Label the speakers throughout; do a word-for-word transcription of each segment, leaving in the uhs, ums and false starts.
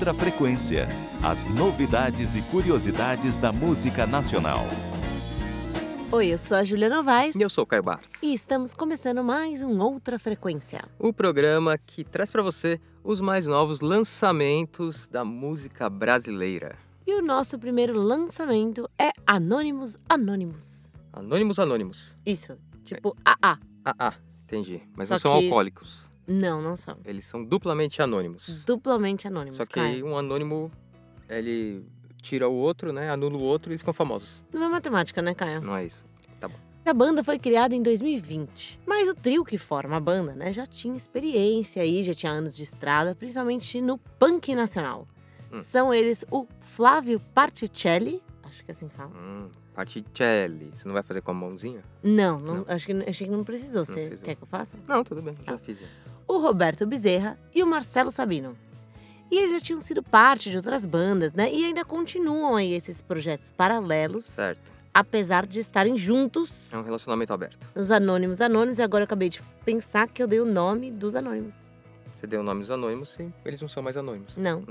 Speaker 1: outra frequência. As novidades e curiosidades da música nacional.
Speaker 2: Oi, eu sou a Júlia Novaes.
Speaker 3: E eu sou o Caio Barros.
Speaker 2: E estamos começando mais um Outra Frequência.
Speaker 3: O programa que traz para você os mais novos lançamentos da música brasileira.
Speaker 2: E o nosso primeiro lançamento é Anônimos Anônimos.
Speaker 3: Anônimos Anônimos.
Speaker 2: Isso, tipo A A.
Speaker 3: Ah, ah, entendi. Mas
Speaker 2: Só
Speaker 3: não são
Speaker 2: que-
Speaker 3: alcoólicos.
Speaker 2: Não, não são.
Speaker 3: Eles são duplamente anônimos.
Speaker 2: Duplamente anônimos,
Speaker 3: Só que
Speaker 2: Caio.
Speaker 3: um anônimo, ele tira o outro, né? Anula o outro e eles ficam famosos.
Speaker 2: Não é matemática, né, Caio?
Speaker 3: Não é isso. Tá bom.
Speaker 2: A banda foi criada em dois mil e vinte, mas o trio que forma a banda, né, já tinha experiência aí, já tinha anos de estrada, principalmente no punk nacional.
Speaker 3: Hum.
Speaker 2: São eles o Flávio Particelli, acho que é assim que fala.
Speaker 3: Hum, Particelli. Você não vai fazer com a mãozinha?
Speaker 2: Não, não,
Speaker 3: Não.
Speaker 2: Acho que, achei que não precisou. Você
Speaker 3: precisou.
Speaker 2: quer que eu faça?
Speaker 3: Não, tudo bem.
Speaker 2: Tá.
Speaker 3: Já fiz.
Speaker 2: O Roberto Bezerra e o Marcelo Sabino. E eles já tinham sido parte de outras bandas, né? E ainda continuam aí esses projetos paralelos,
Speaker 3: Certo.
Speaker 2: apesar de estarem juntos
Speaker 3: É um relacionamento aberto.
Speaker 2: nos Anônimos Anônimos. E agora eu acabei de pensar que eu dei o nome dos Anônimos.
Speaker 3: Você deu o nome dos anônimos, sim. Eles não são mais anônimos.
Speaker 2: Não.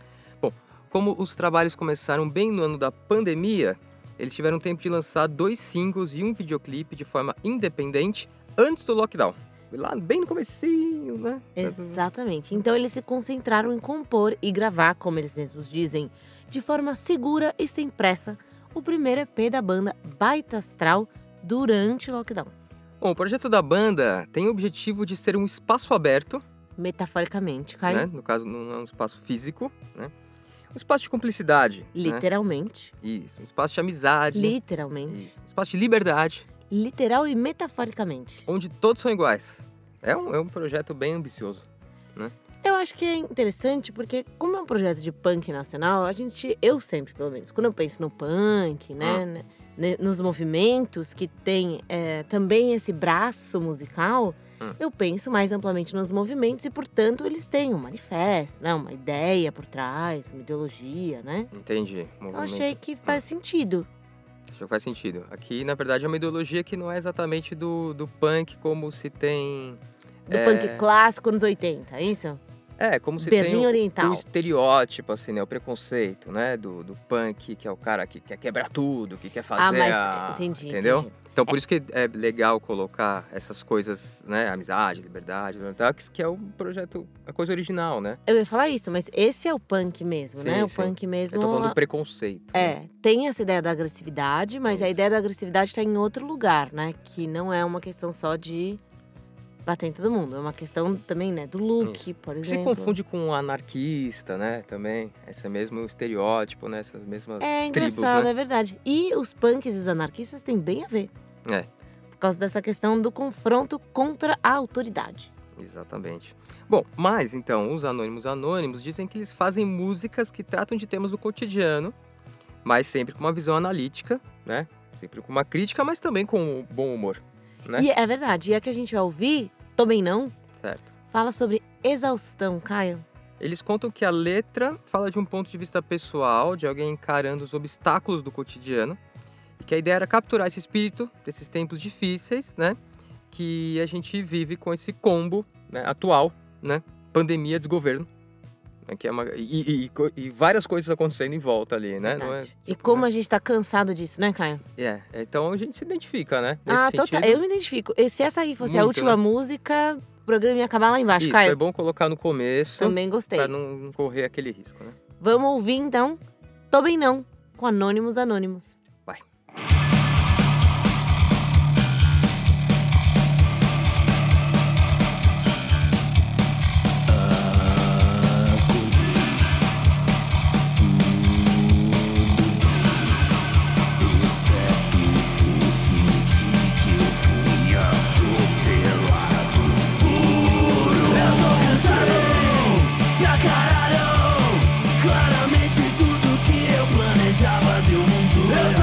Speaker 3: Como os trabalhos começaram bem no ano da pandemia, eles tiveram tempo de lançar dois singles e um videoclipe de forma independente antes do lockdown. Lá bem no comecinho, né?
Speaker 2: Exatamente. Então eles se concentraram em compor e gravar, como eles mesmos dizem, de forma segura e sem pressa, o primeiro E P da banda Baita Astral durante o lockdown.
Speaker 3: Bom, o projeto da banda tem o objetivo de ser um espaço aberto,
Speaker 2: Metaforicamente, Caio.
Speaker 3: né? No caso, não é um espaço físico, né? Um espaço de cumplicidade. Né?
Speaker 2: Literalmente.
Speaker 3: Isso. Um espaço de amizade.
Speaker 2: Literalmente.
Speaker 3: Isso. Um espaço de liberdade,
Speaker 2: Literal e metaforicamente.
Speaker 3: onde todos são iguais. É um, é um projeto bem ambicioso.
Speaker 2: Eu acho que é interessante porque, como é um projeto de punk nacional, a gente, eu sempre, pelo menos, quando eu penso no punk, né, né, né, nos movimentos que tem é, também esse braço musical,
Speaker 3: Hum.
Speaker 2: eu penso mais amplamente nos movimentos e, portanto, eles têm um manifesto, né, uma ideia por trás, uma ideologia, né?
Speaker 3: Entendi.
Speaker 2: Eu
Speaker 3: Movimento.
Speaker 2: achei que faz sentido.
Speaker 3: Acho que faz sentido. Aqui, na verdade, é uma ideologia que não é exatamente do, do punk como se tem...
Speaker 2: Do
Speaker 3: é,
Speaker 2: punk clássico nos oitenta, é isso?
Speaker 3: É, como se
Speaker 2: Berlim
Speaker 3: tem o,
Speaker 2: Oriental.
Speaker 3: o estereótipo, assim, né? O preconceito, né? Do, do punk, que é o cara que quer quebrar tudo, que quer fazer
Speaker 2: Ah, mas
Speaker 3: a...
Speaker 2: entendi,
Speaker 3: Entendeu?
Speaker 2: entendi.
Speaker 3: Então, por isso que é legal colocar essas coisas, né? Amizade, liberdade, tal, que é o projeto, a coisa original, né?
Speaker 2: Eu ia falar isso, mas esse é o punk mesmo,
Speaker 3: Sim,
Speaker 2: né? O
Speaker 3: sim.
Speaker 2: punk mesmo.
Speaker 3: Eu tô falando do preconceito. né?
Speaker 2: É, tem essa ideia da agressividade, mas a
Speaker 3: Isso.
Speaker 2: ideia da agressividade tá em outro lugar, né? Que não é uma questão só de bater em todo mundo. É uma questão também, né? Do look, por
Speaker 3: Que se
Speaker 2: exemplo.
Speaker 3: confunde com um anarquista, né? Também. Esse mesmo estereótipo, né? Essas mesmas
Speaker 2: É
Speaker 3: tribos,
Speaker 2: engraçado,
Speaker 3: né?
Speaker 2: é verdade. E os punks e os anarquistas têm bem a ver.
Speaker 3: É.
Speaker 2: Por causa dessa questão do confronto contra a autoridade.
Speaker 3: Exatamente. Bom, mas então, os Anônimos Anônimos dizem que eles fazem músicas que tratam de temas do cotidiano, mas sempre com uma visão analítica, né? Sempre com uma crítica, mas também com bom humor, né?
Speaker 2: E é verdade. E a que a gente vai ouvir, também não,
Speaker 3: Certo.
Speaker 2: fala sobre exaustão, Caio.
Speaker 3: Eles contam que a letra fala de um ponto de vista pessoal, de alguém encarando os obstáculos do cotidiano, e que a ideia era capturar esse espírito desses tempos difíceis, né? Que a gente vive com esse combo, né, atual, né? Pandemia, desgoverno. Né, que é uma, e, e- e várias coisas acontecendo em volta ali, né? Não é,
Speaker 2: Verdade. E
Speaker 3: tipo,
Speaker 2: como
Speaker 3: né?
Speaker 2: a gente tá cansado disso, né, Caio?
Speaker 3: É, então a gente se identifica, né? Nesse
Speaker 2: Ah, total.
Speaker 3: sentido.
Speaker 2: Eu me identifico. E se essa aí fosse a
Speaker 3: Muito,
Speaker 2: última
Speaker 3: né?
Speaker 2: música, o programa ia acabar lá embaixo,
Speaker 3: Isso,
Speaker 2: Caio.
Speaker 3: é bom colocar no começo,
Speaker 2: Também gostei.
Speaker 3: pra não, não correr aquele risco, né?
Speaker 2: Vamos ouvir, então, Tô Bem Não, com Anônimos Anônimos.
Speaker 3: Vai.
Speaker 4: Pra caralho, claramente tudo que eu planejava deu muito errado.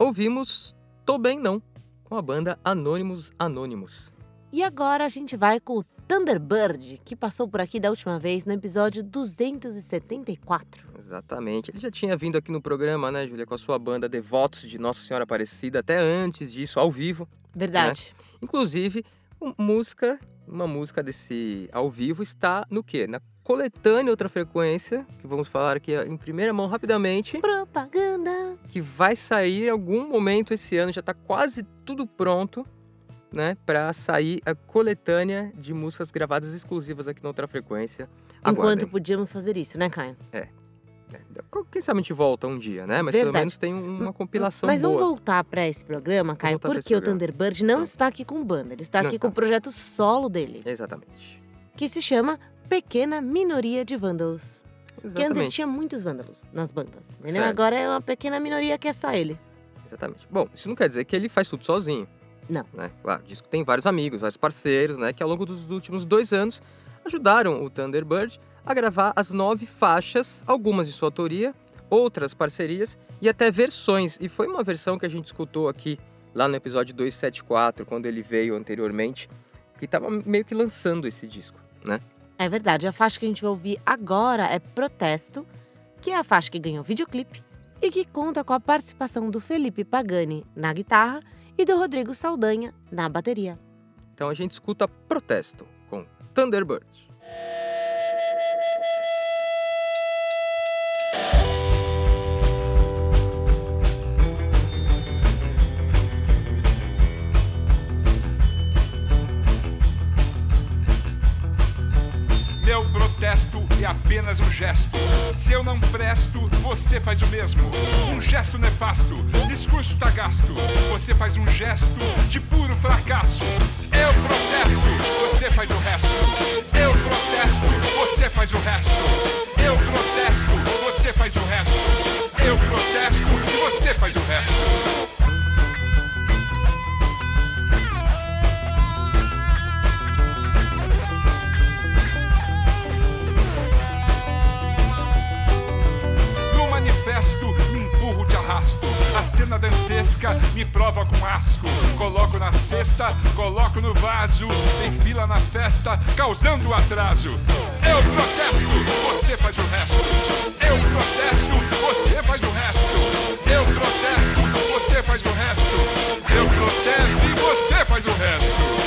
Speaker 3: ouvimos Tô Bem Não, com a banda Anônimos Anônimos.
Speaker 2: E agora a gente vai com o Thunderbird, que passou por aqui da última vez no episódio duzentos e setenta e quatro.
Speaker 3: Exatamente. Ele já tinha vindo aqui no programa, né, Júlia, com a sua banda Devotos de Nossa Senhora Aparecida, até antes disso, ao vivo.
Speaker 2: Verdade.
Speaker 3: Né? Inclusive, um, música, uma música desse ao vivo está no quê? Na coletânea Outra Frequência, que vamos falar aqui em primeira mão rapidamente.
Speaker 2: Propaganda!
Speaker 3: Que vai sair em algum momento esse ano, já está quase tudo pronto, né, para sair a coletânea de músicas gravadas exclusivas aqui na Outra Frequência. Aguardem.
Speaker 2: Enquanto podíamos fazer isso, né, Caio?
Speaker 3: É. Quem sabe a gente volta um dia, né? Mas
Speaker 2: Verdade.
Speaker 3: Pelo menos tem uma compilação
Speaker 2: Mas
Speaker 3: boa.
Speaker 2: Mas vamos voltar para esse programa, Caio, porque o Thunderbird não, não está aqui com banda. Ele está não aqui está. com o projeto solo dele.
Speaker 3: Exatamente.
Speaker 2: Que se chama Pequena Minoria de Vândalos.
Speaker 3: Exatamente.
Speaker 2: Que antes ele tinha muitos vândalos nas bandas. Entendeu? Agora é uma pequena minoria que é só ele.
Speaker 3: Exatamente. Bom, isso não quer dizer que ele faz tudo sozinho.
Speaker 2: Não.
Speaker 3: Né? Claro, diz que tem vários amigos, vários parceiros, né? Que ao longo dos últimos dois anos ajudaram o Thunderbird a gravar as nove faixas, algumas de sua autoria, outras parcerias e até versões. E foi uma versão que a gente escutou aqui, lá no episódio duzentos e setenta e quatro, quando ele veio anteriormente, que estava meio que lançando esse disco, né?
Speaker 2: É verdade. A faixa que a gente vai ouvir agora é Protesto, que é a faixa que ganhou videoclipe e que conta com a participação do Felipe Pagani na guitarra e do Rodrigo Saldanha na bateria.
Speaker 3: Então a gente escuta Protesto com Thunderbird.
Speaker 4: Meu protesto é apenas um gesto. Se eu não presto, você faz o mesmo. Um gesto nefasto, discurso tá gasto. Você faz um gesto de puro fracasso. Eu protesto, você faz o resto. Eu protesto, você faz o resto. Eu protesto, você faz o resto. Eu protesto e você faz o resto. Me empurro de arrasto. A cena dantesca me prova com asco. Coloco na cesta, coloco no vaso. Tem fila na festa, causando atraso. Eu protesto, você faz o resto. Eu protesto, você faz o resto. Eu protesto, você faz o resto. Eu protesto e você faz o resto.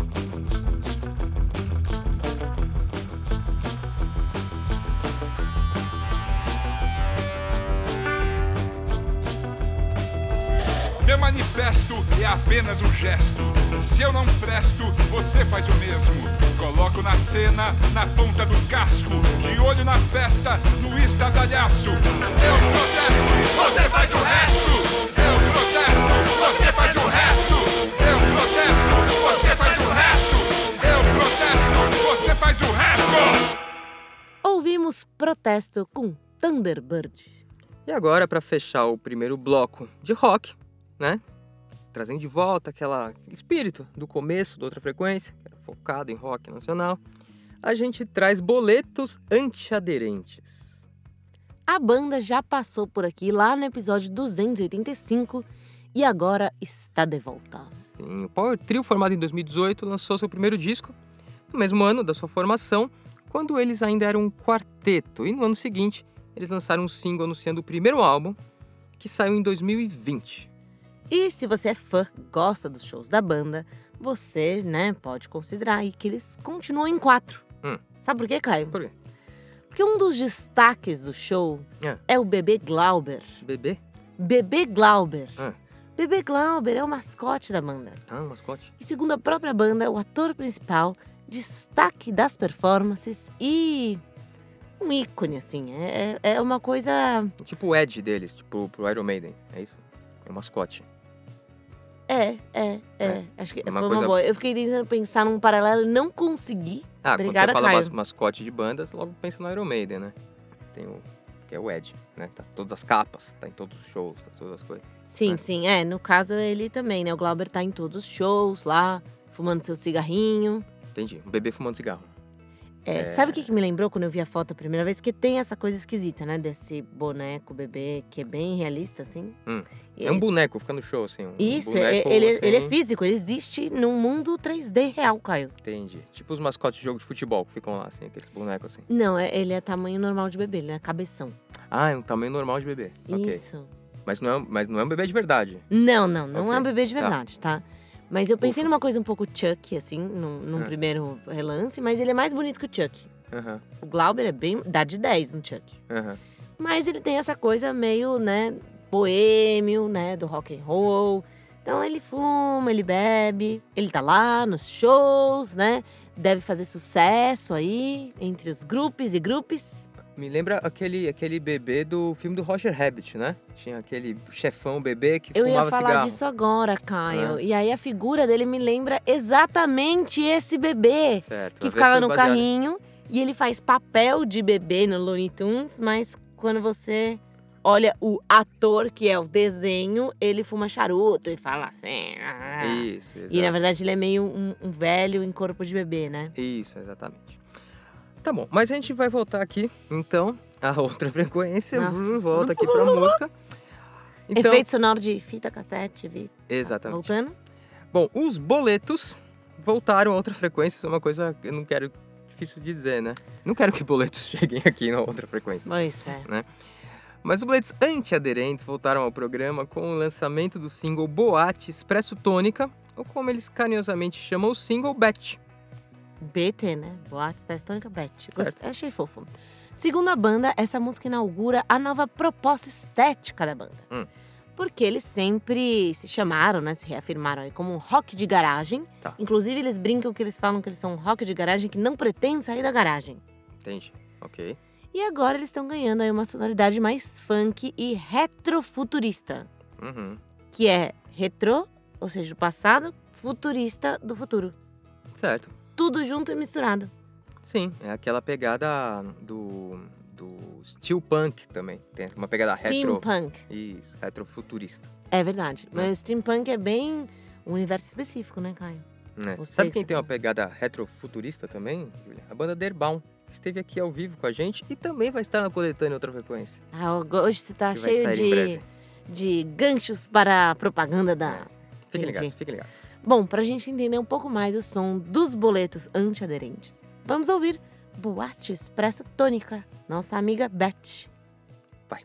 Speaker 4: Meu manifesto é apenas um gesto. Se eu não presto, você faz o mesmo. Coloco na cena, na ponta do casco. De olho na festa, no estardalhaço. Eu protesto, você faz o resto. Eu protesto, você faz o resto. Eu protesto, você faz o resto. Eu protesto, você faz o resto.
Speaker 2: Ouvimos Protesto com Thunderbird.
Speaker 3: E agora, para fechar o primeiro bloco de rock, né? Trazendo de volta aquela, aquele espírito do começo da Outra Frequência, que era focado em rock nacional, a gente traz Boletos Antiaderentes.
Speaker 2: A banda já passou por aqui lá no episódio duzentos e oitenta e cinco e agora está de volta.
Speaker 3: Sim, o Power Trio, formado em dois mil e dezoito, lançou seu primeiro disco no mesmo ano da sua formação, quando eles ainda eram um quarteto. E no ano seguinte, eles lançaram um single anunciando o primeiro álbum, que saiu em dois mil e vinte.
Speaker 2: E se você é fã, gosta dos shows da banda, você, né, pode considerar aí que eles continuam em quatro.
Speaker 3: Hum.
Speaker 2: Sabe por quê, Caio?
Speaker 3: Por quê?
Speaker 2: Porque um dos destaques do show é, é o Bebê Glauber.
Speaker 3: Bebê?
Speaker 2: Bebê Glauber.
Speaker 3: Ah.
Speaker 2: Bebê Glauber é o mascote da banda.
Speaker 3: Ah, um mascote.
Speaker 2: E segundo a própria banda, o ator principal, destaque das performances e um ícone, assim. É, é uma coisa...
Speaker 3: Tipo o Ed deles, tipo pro Iron Maiden, é isso? É o mascote.
Speaker 2: É, é, é. é. Acho que
Speaker 3: uma
Speaker 2: foi
Speaker 3: coisa...
Speaker 2: uma boa. Eu fiquei tentando pensar num paralelo e não consegui.
Speaker 3: Ah,
Speaker 2: Obrigada,
Speaker 3: quando você fala
Speaker 2: Caio.
Speaker 3: mascote de bandas, logo pensa no Iron Maiden, né? Tem o... que é o Ed, né? Tá todas as capas, tá em todos os shows, tá todas as coisas.
Speaker 2: Sim,
Speaker 3: né?
Speaker 2: sim. É, no caso ele também, né? O Glauber tá em todos os shows lá, fumando seu cigarrinho.
Speaker 3: Entendi. Um bebê fumando cigarro.
Speaker 2: É, sabe o que, que me lembrou quando eu vi a foto a primeira vez? Porque tem essa coisa esquisita, né? Desse boneco bebê que é bem realista, assim.
Speaker 3: Hum.
Speaker 2: E
Speaker 3: É um boneco, fica no show, assim. Um
Speaker 2: Isso,
Speaker 3: boneco,
Speaker 2: ele,
Speaker 3: assim.
Speaker 2: ele é físico, ele existe num mundo três D real, Caio.
Speaker 3: Entendi. Tipo os mascotes de jogo de futebol que ficam lá, assim, aqueles bonecos assim.
Speaker 2: Não, é, ele é tamanho normal de bebê, ele é cabeção.
Speaker 3: Ah, é um tamanho normal de bebê. Ok.
Speaker 2: Isso.
Speaker 3: Mas não, é, mas não é um bebê de verdade.
Speaker 2: Não, não, não
Speaker 3: Ok,
Speaker 2: é um bebê de
Speaker 3: tá.
Speaker 2: verdade, tá? Mas eu pensei
Speaker 3: Ufa.
Speaker 2: numa coisa um pouco Chuck, assim, num, num
Speaker 3: Ah.
Speaker 2: primeiro relance, mas ele é mais bonito que o Chuck.
Speaker 3: Aham,
Speaker 2: O Glauber é bem. dá de dez no Chuck.
Speaker 3: aham.
Speaker 2: Mas ele tem essa coisa meio, né, boêmio, né, do rock and roll. Então ele fuma, ele bebe, ele tá lá nos shows, né? Deve fazer sucesso aí entre os grupos e grupos.
Speaker 3: Me lembra aquele, aquele bebê do filme do Roger Rabbit, né? Tinha aquele chefão bebê que
Speaker 2: Eu ia
Speaker 3: fumava
Speaker 2: falar
Speaker 3: cigarro.
Speaker 2: disso agora, Caio.
Speaker 3: Ah.
Speaker 2: E aí a figura dele me lembra exatamente esse bebê.
Speaker 3: Certo.
Speaker 2: Que
Speaker 3: a ver
Speaker 2: ficava
Speaker 3: foi
Speaker 2: no
Speaker 3: baseado-
Speaker 2: carrinho e ele faz papel de bebê no Looney Tunes, mas quando você olha o ator, que é o desenho, ele fuma charuto e fala assim. "Ah".
Speaker 3: Isso, exato.
Speaker 2: E na verdade ele é meio um, um velho em corpo de bebê, né?
Speaker 3: Isso, exatamente. Tá bom, mas a gente vai voltar aqui, então, a outra frequência.
Speaker 2: Nossa.
Speaker 3: Hum, volta aqui pra música. Então,
Speaker 2: Efeito sonoro de fita cassete, vi.
Speaker 3: exatamente.
Speaker 2: Voltando.
Speaker 3: Bom, os boletos voltaram a outra frequência. Isso é uma coisa que eu não quero... Difícil de dizer, né? Não quero que boletos cheguem aqui na outra frequência.
Speaker 2: Pois é.
Speaker 3: Mas os boletos antiaderentes voltaram ao programa com o lançamento do single Boate Expresso Tônica, ou como eles carinhosamente chamam o single, Batch.
Speaker 2: B T, né? Boate Express Tônica Beth.
Speaker 3: Certo.
Speaker 2: Achei fofo. Segundo a banda, essa música inaugura a nova proposta estética da banda.
Speaker 3: Hum.
Speaker 2: Porque eles sempre se chamaram, né? Se reafirmaram aí como um rock de garagem.
Speaker 3: Tá.
Speaker 2: Inclusive, eles brincam que eles falam que eles são um rock de garagem que não pretende sair da garagem.
Speaker 3: Entendi. Ok.
Speaker 2: E agora eles estão ganhando aí uma sonoridade mais funk e retrofuturista.
Speaker 3: Uhum.
Speaker 2: Que é retro, ou seja, do passado, futurista do futuro.
Speaker 3: Certo.
Speaker 2: Tudo junto e misturado.
Speaker 3: Sim, é aquela pegada do, do steampunk também. Tem uma pegada retro.
Speaker 2: Steampunk.
Speaker 3: Isso, retrofuturista.
Speaker 2: É verdade. Mas o steampunk é bem um universo específico, né, Caio?
Speaker 3: Né?
Speaker 2: Gostei
Speaker 3: Sabe
Speaker 2: que
Speaker 3: quem
Speaker 2: você
Speaker 3: tem uma
Speaker 2: falou.
Speaker 3: pegada retrofuturista também, Júlia? A banda Derbaum, que esteve aqui ao vivo com a gente e também vai estar na coletânea Outra Frequência.
Speaker 2: Ah, hoje você tá
Speaker 3: Que vai
Speaker 2: cheio
Speaker 3: sair em
Speaker 2: de,
Speaker 3: breve.
Speaker 2: de ganchos para a propaganda da.
Speaker 3: Fiquem
Speaker 2: Entendi.
Speaker 3: ligados, fiquem ligados.
Speaker 2: Bom, pra gente entender um pouco mais o som dos boletos antiaderentes, vamos ouvir Boate Expressa Tônica, nossa amiga Beth.
Speaker 3: Vai.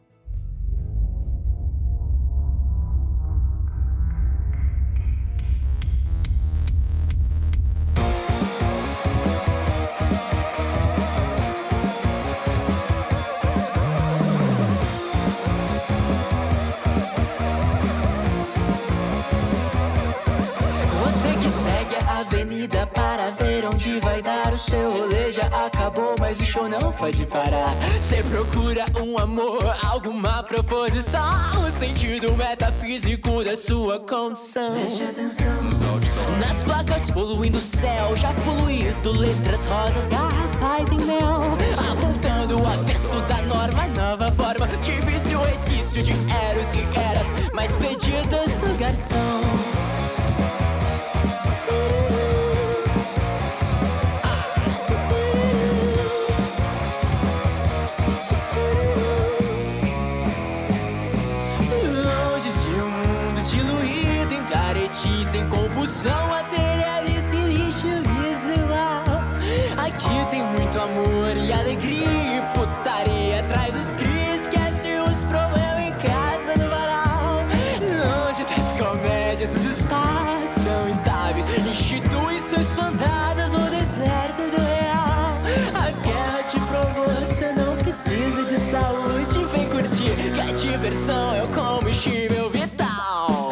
Speaker 5: Você que segue a avenida para ver onde vai dar o seu rolê já acabou, mas o show não pode parar. Você procura um amor, alguma proposição, o sentido metafísico da sua condição. Preste atenção. Nas placas poluindo o céu, já poluído letras rosas, garrafais em mel, apontando o avesso da norma, nova forma, difícil resquício de eros e eras, mais pedidas do garçom. Longe de um mundo diluído em caretice, em compulsão materialista e lixo visual. Aqui tem muito amor e alegria e putaria, traz os cris, esquece os problemas em casa no varal. Longe das comédias dos espaços tão instáveis, instituições plantadas no deserto do real. A guerra te provou, você não precisa de saúde, vem curtir que a diversão é o combustível vital.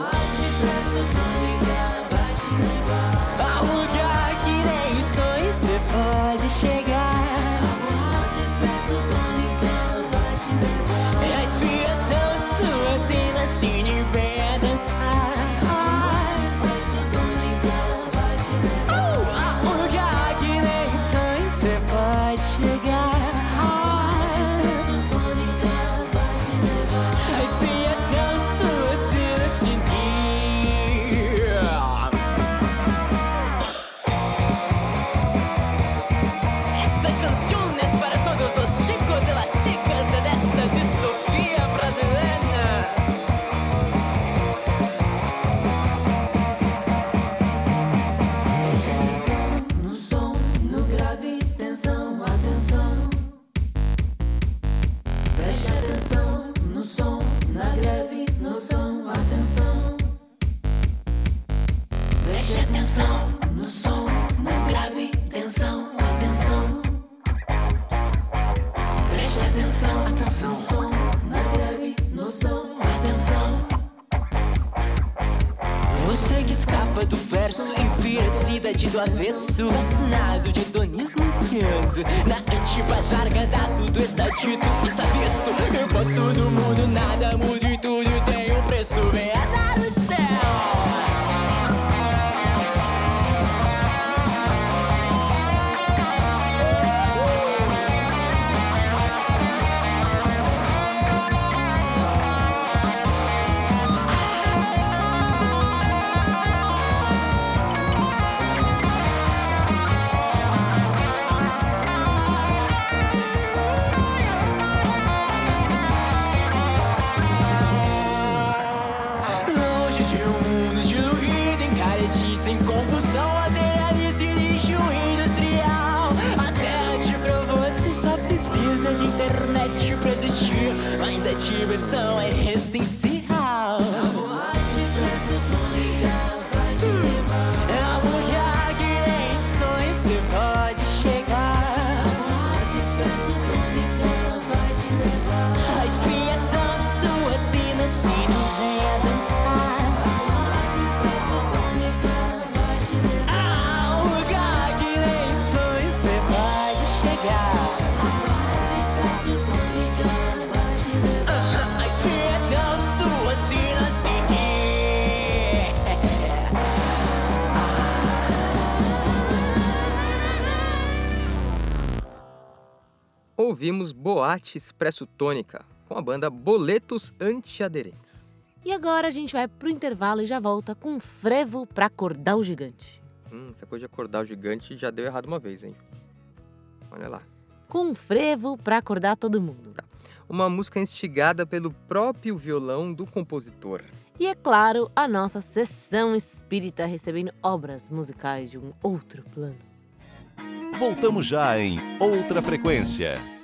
Speaker 5: A lugar que nem sonho você pode chegar. É a inspiração de sua sina, cine e venha dançar. Uh, a lugar que nem sonho você pode chegar. A expiação de sua sina, cine. Guinness para todos os chicos e las chicas desta distopia brasileira.
Speaker 6: Preste atenção no som, no grave, tensão, atenção. Preste atenção no som, na grave, no som, atenção. Preste atenção no som, no grave, tensão, atenção. Preste atenção, atenção. No som, na grave, no som, atenção.
Speaker 5: Você que escapa do verso e vira a cidade do avesso, vacinado de hedonismo ansioso. Na antipaz largada tudo está dito, está visto. Eu posso todo mundo, nada muda e tudo tem um preço. Vem a dar no céu. Longe de um mundo diluído em caretice, em compulsão materialista e lixo industrial. A terra te provou, você só precisa de internet pra existir, mas a diversão é essencial.
Speaker 6: Boate transotônica vai te levar.
Speaker 5: É a mulher que nem sonho você pode chegar.
Speaker 6: Boate transotônica vai te levar.
Speaker 5: A expiação de sua sina, sino, venha dançar.
Speaker 6: Boate transotônica vai te levar.
Speaker 5: Ah, um lugar que nem sonho você pode chegar.
Speaker 6: Boate transotônica vai te levar.
Speaker 5: A expiação de sua sina, sino.
Speaker 3: Ouvimos Boate Expresso Tônica, com a banda Boletos Antiaderentes.
Speaker 2: E agora a gente vai pro intervalo e já volta com um frevo pra acordar o gigante.
Speaker 3: Hum, essa coisa de acordar o gigante já deu errado uma vez, hein? Olha lá.
Speaker 2: Com um frevo pra acordar todo mundo.
Speaker 3: Uma música instigada pelo próprio violão do compositor.
Speaker 2: E é claro, a nossa sessão espírita recebendo obras musicais de um outro plano.
Speaker 1: Voltamos já em Outra Frequência.